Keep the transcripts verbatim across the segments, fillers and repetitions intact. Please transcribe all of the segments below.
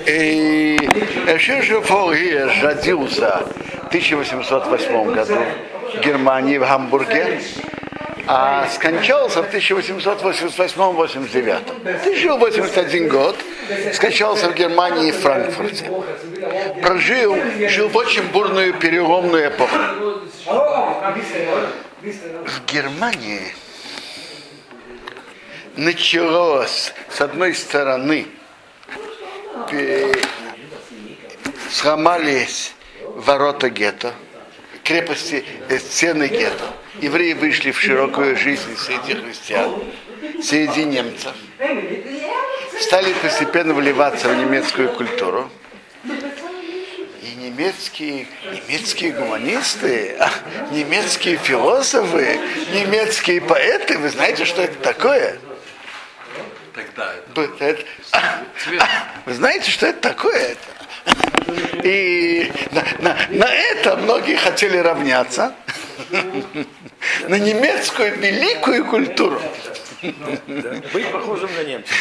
И Ширшо Фолгеш родился в тысяча восемьсот восьмом году в Германии, в Гамбурге, а скончался в тысяча восемьсот восемьдесят восьмом — восемьдесят девятом. Жил восемьдесят один год, скончался в Германии и в Франкфурте. Прожил, жил в очень бурную переломную эпоху. В Германии началось, с одной стороны, сломались ворота гетто, крепости, стены гетто. Евреи вышли в широкую жизнь среди христиан, среди немцев. Стали постепенно вливаться в немецкую культуру. И немецкие, немецкие гуманисты, немецкие философы, немецкие поэты, вы знаете, что это такое? Тогда это. это а, а, вы знаете, что это такое? И на, на, на это многие хотели равняться. На немецкую великую культуру. Быть похожим на немцев.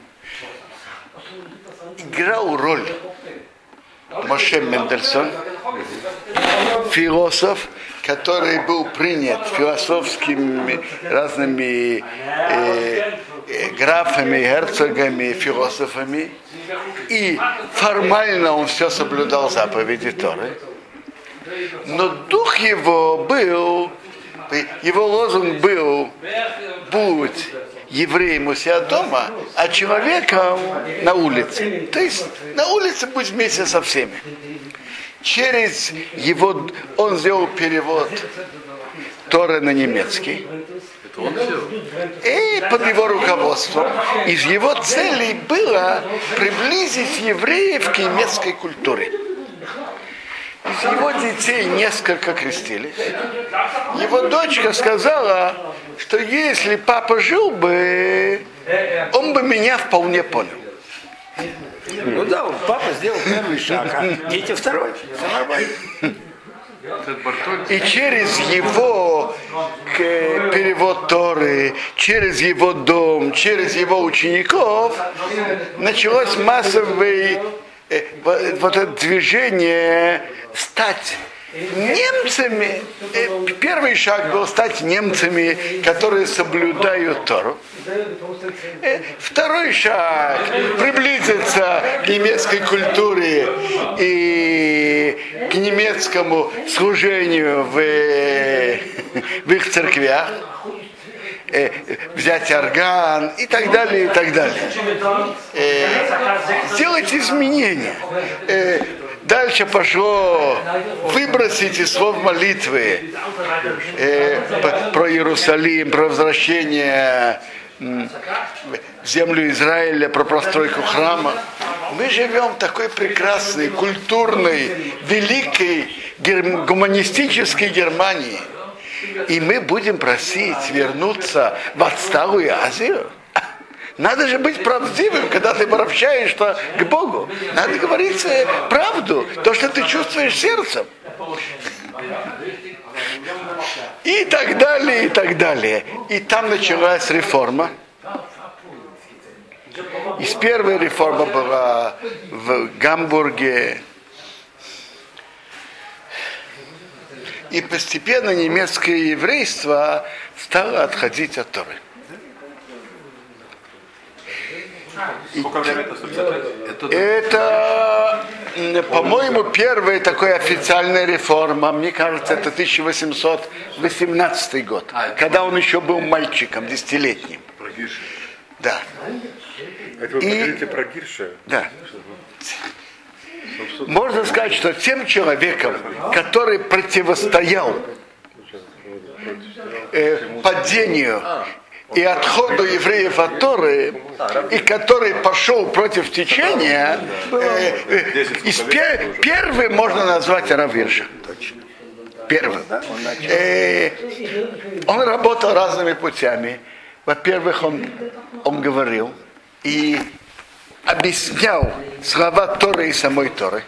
Играл роль Моше Мендельсон, философ, который был принят философскими разными э, э, графами, герцогами, философами, и формально он все соблюдал заповеди Торы, но дух его был, его лозунг был: будь евреем у себя дома, а человеком на улице. То есть на улице будь вместе со всеми. Через его, он сделал перевод Торы на немецкий. Это он сделал? И под его руководством. Из его целей было приблизить евреев к немецкой культуре. Из его детей несколько крестились. Его дочка сказала, что если папа жил бы, он бы меня вполне понял. Ну да, папа сделал первый шаг, а дети второй. Все нормально. И через его перевод Торы, через его дом, через его учеников началось массовое вот это движение стать немцами. Первый шаг был стать немцами, которые соблюдают Тору. Второй шаг — приблизиться к немецкой культуре и к немецкому служению в, в их церквях, взять орган и так далее, и так далее. Сделать изменения. Дальше пошло выбросить из слов молитвы э, про Иерусалим, про возвращение в землю Израиля, про постройку храма. Мы живем в такой прекрасной, культурной, великой, гер- гуманистической Германии. И мы будем просить вернуться в отсталую Азию. Надо же быть правдивым, когда ты обращаешься к Богу. Надо говорить правду, то, что ты чувствуешь сердцем. И так далее, и так далее. И там началась реформа. И первая реформа была в Гамбурге. И постепенно немецкое еврейство стало отходить от Торы. Сколько времени это? Это, по-моему, первая такая официальная реформа. Мне кажется, это тысяча восемьсот восемнадцатый год, а, когда он еще был мальчиком, десятилетним. Про Гирша. Да. Это вы И, говорите про Гирша? Да. Можно сказать, что тем человеком, который противостоял э, падению и отходу евреев от Торы, и который пошел против течения, э, э, из пер, первым можно назвать Рав Гирша. Первым. Э, он работал разными путями. Во-первых, он, он говорил и объяснял слова Торы и самой Торы.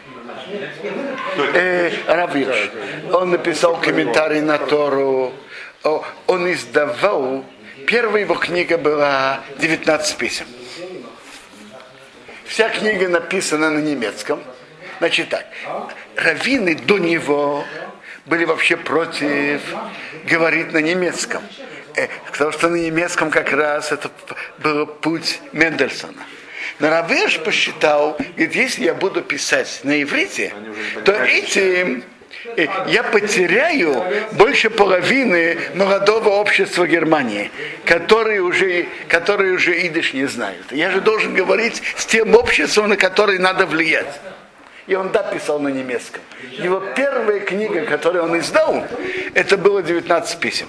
Э, Рав Гирш. Он написал комментарий на Тору. Он издавал. Первая его книга была девятнадцать писем. вся книга написана на немецком. Значит так, раввины до него были вообще против говорить на немецком. Потому что на немецком как раз это был путь Мендельсона. Но Рав Ирш посчитал, говорит, если я буду писать на иврите, то этим я потеряю больше половины молодого общества Германии, которые уже, которые уже идиш не знают. Я же должен говорить с тем обществом, на которое надо влиять. И он да писал на немецком. Его первая книга, которую он издал, это было девятнадцать писем.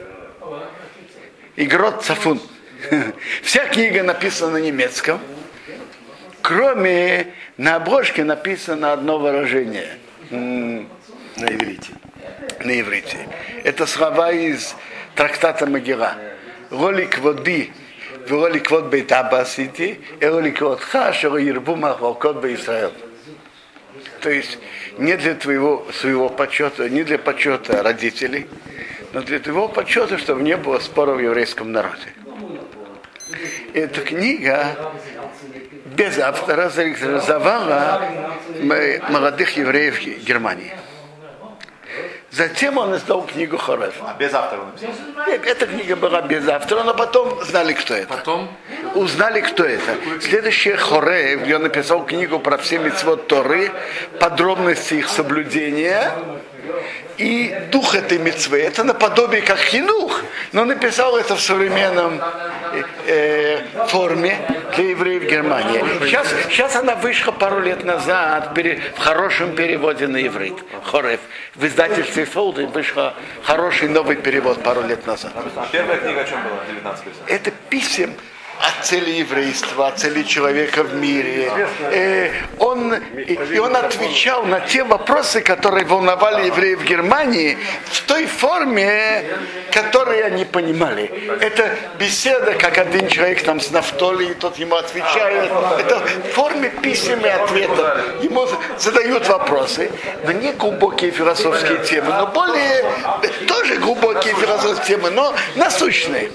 Игрот Цафун. Вся книга написана на немецком, кроме на обложке написано одно выражение на иврите. На иврите. Это слова из трактата Магила. Роли кводи, роли квод бейтаба сити, и роли квод хашеру ербума волкот беисраэл. То есть не для твоего своего почета, не для почета родителей, но для твоего почета, чтобы не было споров в еврейском народе. Эта книга без автора зарекомендовала молодых евреев Германии. Затем он издал книгу Хорев. А без автора написал? Нет, эта книга была без автора, но потом знали, кто это. Потом? Узнали, кто это. Следующее Хорев, где он написал книгу про все мицвот Торы, подробности их соблюдения и дух этой мицвы. Это наподобие как хинух, но написал это в современном э, форме для евреев Германии. Сейчас, сейчас она вышла пару лет назад пере, в хорошем переводе на иврит. Хорев. В издательстве Фолды вышел хороший новый перевод пару лет назад. А первая книга о чем была? девятнадцать писем. Это писем о цели еврейства, о цели человека в мире. Э, он, и, и он отвечал на те вопросы, которые волновали евреев в Германии, в той форме, которую они понимали. Это беседа, как один человек там с Нафтоли, и тот ему отвечает. Это в форме писем и ответов. Ему задают вопросы, но не глубокие философские темы, но более, тоже глубокие философские темы, но насущные.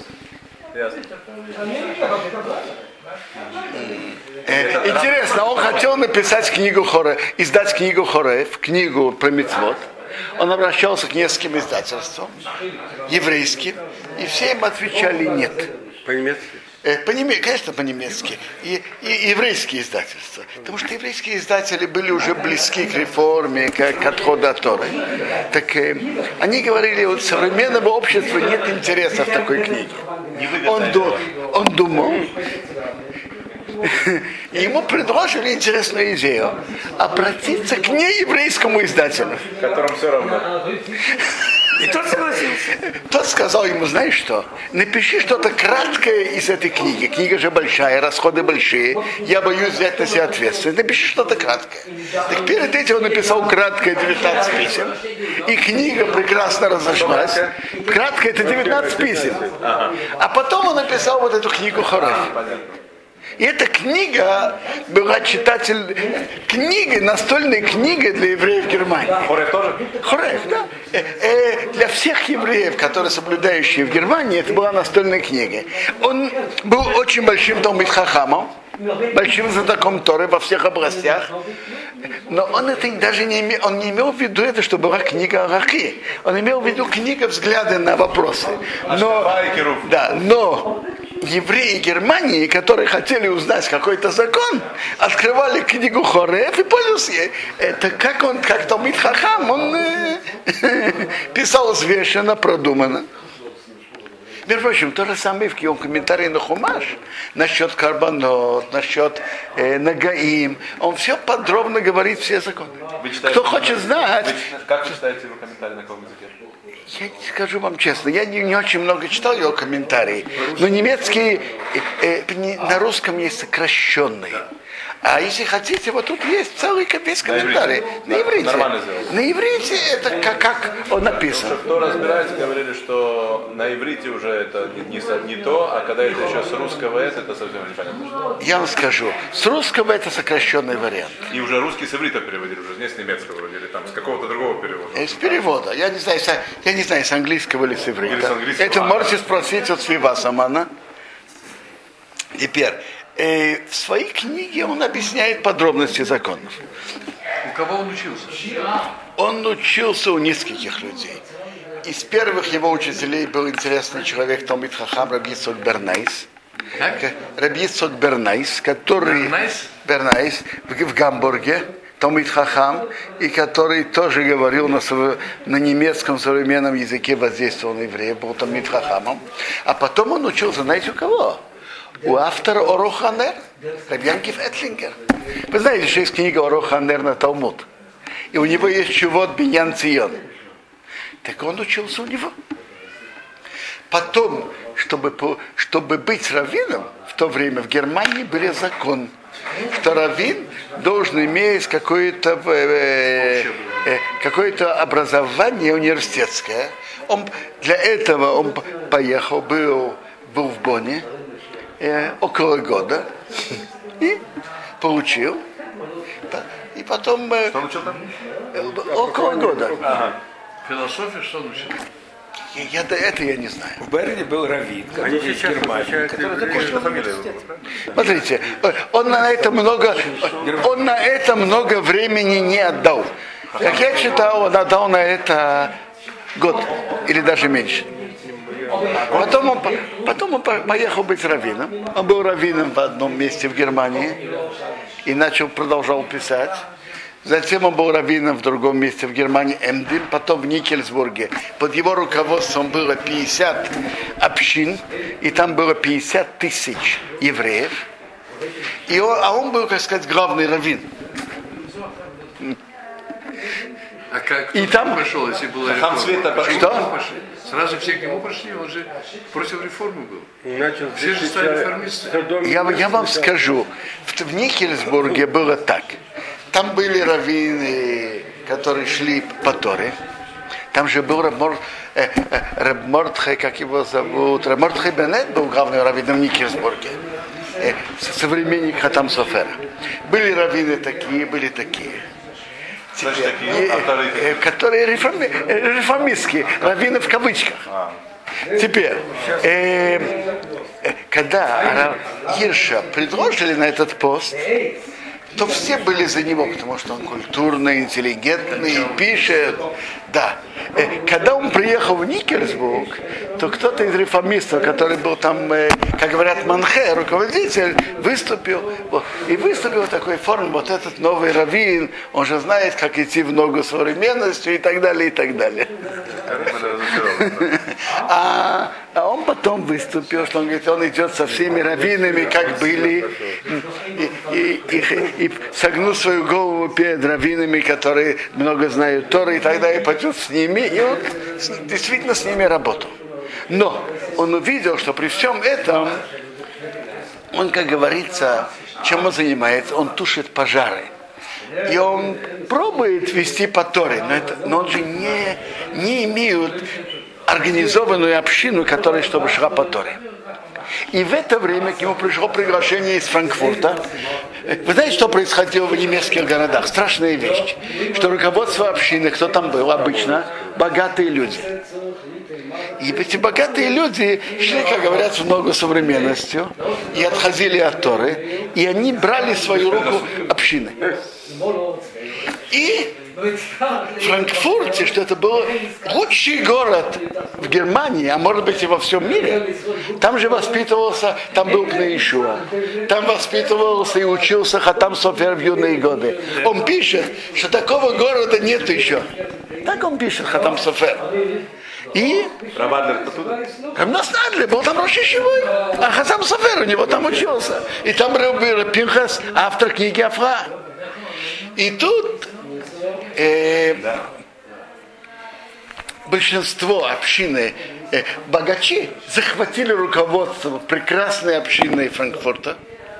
Интересно, он хотел написать книгу Хорев, издать книгу Хорев, книгу про мицвот. Он обращался к нескольким издательствам, еврейским, и все им отвечали нет. По-немецки? По-немецки, конечно, по-немецки. И, и еврейские издательства. Потому что еврейские издатели были уже близки к реформе, к, к отходу от Торы. Так э, они говорили, вот современного общества нет интереса в такой книге. Он, ду, он думал, и ему предложили интересную идею обратиться к нееврейскому издателю. Которым все равно. И тот согласился. Тот сказал ему, знаешь что, напиши что-то краткое из этой книги. Книга же большая, расходы большие. Я боюсь взять на себя ответственность. Напиши что-то краткое. Так перед этим он написал краткое девятнадцать писем. И книга прекрасно разошлась. Краткое это девятнадцать писем. А потом он написал вот эту книгу Хорев. И эта книга была читатель книгой, настольной книгой для евреев Германии. Хорев тоже? Хорев, да. Э, э, для всех евреев, которые соблюдающие в Германии, это была настольная книга. Он был очень большим Талмид Хахамом, большим знатоком Торы во всех областях. Но он это даже не имел, он не имел в виду это, что была книга Алахи. Он имел в виду книга взгляды на вопросы. Но, да, но евреи Германии, которые хотели узнать какой-то закон, открывали книгу Хорев и пользовались ей. Это как он, как Талмид Хахам, он э, писал взвешенно, продуманно. Между прочим, то же самое в его комментарии на Хумаш, насчет карбонот, насчет э, нагаим. Он все подробно говорит, все законы. Кто хочет знать... Вы, как вы читаете его комментарии на каком языке? Я скажу вам честно, я не, не очень много читал его комментарии, но немецкий, э, э, на русском есть сокращенный. А если хотите, вот тут есть целый весь комментарий. На иврите. Нормально сделал. На иврите это как, как он написан. Кто разбирается, говорили, что на иврите уже это не, не, не то, а когда это еще с русского это, это совсем непонятно. Я вам скажу, с русского это сокращенный вариант. И уже русский с иврита переводили, уже не с немецкого вроде, или там с какого-то другого перевода. Из перевода. Я не знаю, я не знаю, с английского или с иврита. Или с английского. Это А, можете да. спросить от Свива Самана. Теперь. э, в своей книге он объясняет подробности законов. У кого он учился? Он учился у нескольких людей. Из первых его учителей был интересный человек Талмид Хахам Раби Йицхак Бернайс. Как? Раби Йицхак Бернайс, который Бернайс? Бернайс в, в Гамбурге, Талмид Хахам, и который тоже говорил на, на немецком современном языке, воздействовал на евреев, был Талмид Хахамом. А потом он учился, знаете, у кого? У автора Орух ха-Нер, Раби Янкив Этлингер. Вы знаете, что есть книга Орух ха-Нер на Талмуд. И у него есть Чувот Биньян Цион. Так он учился у него. Потом, чтобы, чтобы быть раввином, в то время в Германии был закон, что раввин должен иметь какое-то, э, э, какое-то образование университетское. Он, для этого он поехал, был, был в Бонне э, около года и получил. И потом... Э, Что он учил там? э, около года. Ага. Философия, что он учил? Я, я, да, это я не знаю. В Берлине был раввин, который из Германии, который закончил Фамилия. Смотрите, он на это много, он на это много времени не отдал. Как я читал, он отдал на это год или даже меньше. Потом он, потом он поехал быть раввином. Он был раввином в одном месте в Германии и начал, продолжал писать. Затем он был раввином в другом месте в Германии, Эмдин, потом в Никельсбурге. Под его руководством было пятьдесят общин, и там было пятьдесят тысяч евреев. И он, а он был, как сказать, главный раввин. А как И кто там- пошел, если было Хам реформа? Света Почему Что? к нему пошли? Сразу все к нему пошли, он же против реформы был. Начал Все же стали реформисты. Я, я вам скажу, в, в Никельсбурге было так. Там были раввины, которые шли по Торе. Там же был Раб Мор- э, э, Раб Мордхай, как его зовут, Раб Мордхай Бенет был главным раввином в Никельсбурге. Э, современник Хатам Софера. Были раввины такие, были такие. Значит, такие, Э, а вторые э, которые реформи, э, реформистские, раввины в кавычках. Теперь, э, э, когда Ирша предложили на этот пост, то все были за него, потому что он культурный, интеллигентный, и пишет. Да. Э, Когда он приехал в Никельсбург, то кто-то из реформистов, который был там, э, как говорят, манхе, руководитель, выступил. Вот, и выступил в такой форме, вот этот новый раввин, он же знает, как идти в ногу современностью и так далее, и так далее. А, а он потом выступил, что он говорит, он идет со всеми раввинами, как были, и, и, и, и согнул свою голову перед раввинами, которые много знают Торы, и тогда и пойдет с ними, и он с- действительно с ними работал. Но он увидел, что при всем этом, он, как говорится, чем он занимается, он тушит пожары. И он пробует вести по Торе, но, это, но он же не, не имеет организованную общину, которая чтобы шла по Торе. И в это время к нему пришло приглашение из Франкфурта. Вы знаете, что происходило в немецких городах? Страшная вещь. Что руководство общины, кто там был обычно, богатые люди. И эти богатые люди шли, как говорят, в ногу современностью и отходили от Торы, и они брали в свою руку общины. И в Франкфурте, что это был лучший город в Германии, а может быть и во всем мире, там же воспитывался, там был Пней Йешуа, там воспитывался и учился Хатам Софер в юные годы. Он пишет, что такого города нет еще. Так он пишет, Хатам Софер. И Равадлер оттуда? Рамнас Надлер был там Рош Йешивой, а Хатам Софер у него там учился. И там был Пинхас, автор книги Афра. И тут э, большинство общины, э, богачи, захватили руководство прекрасной общиной Франкфурта.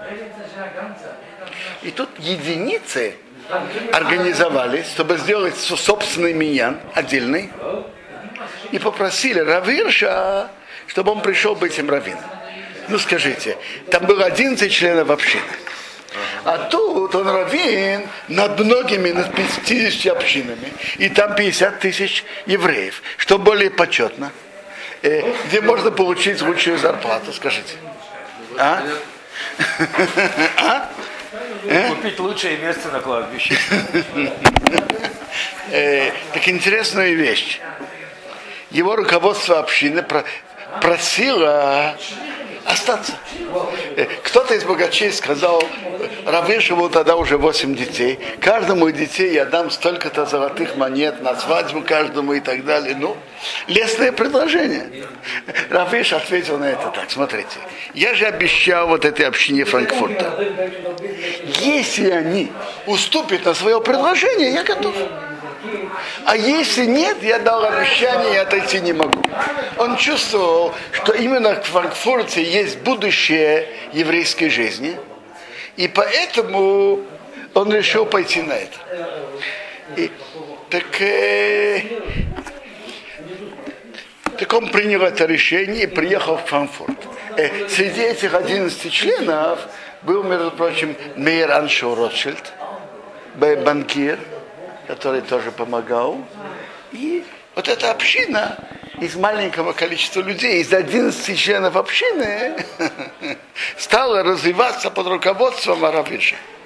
И тут единицы организовались, чтобы сделать собственный миньян, отдельный, и попросили Рав Ирша, чтобы он пришел быть им раввином. Ну скажите, там было одиннадцать членов общины. А тут он раввин над многими, над пятьюдесятью общинами. И там пятьдесят тысяч евреев. Что более почетно? Э, где можно получить лучшую зарплату, скажите? А? Купить лучшее место на кладбище. Э, Так интересная вещь. Его руководство общины про- просило остаться. Э, Кто-то из богачей сказал, Равышеву тогда уже восемь детей, каждому из детей я дам столько-то золотых монет на свадьбу каждому и так далее. Ну, лестное предложение. Равыш ответил на это так, смотрите, я же обещал вот этой общине Франкфурта, если они уступят на свое предложение, я готов. А если нет, я дал обещание и отойти не могу. Он чувствовал, что именно в Франкфурте есть будущее еврейской жизни, и поэтому он решил пойти на это. И, так, э, так он принял это решение и приехал в Франкфурт. Э, среди этих одиннадцати членов был, между прочим, мейер Аншоу Ротшильд, банкир, который тоже помогал. И вот эта община из маленького количества людей, из одиннадцати членов общины, стала развиваться под руководством Равыша.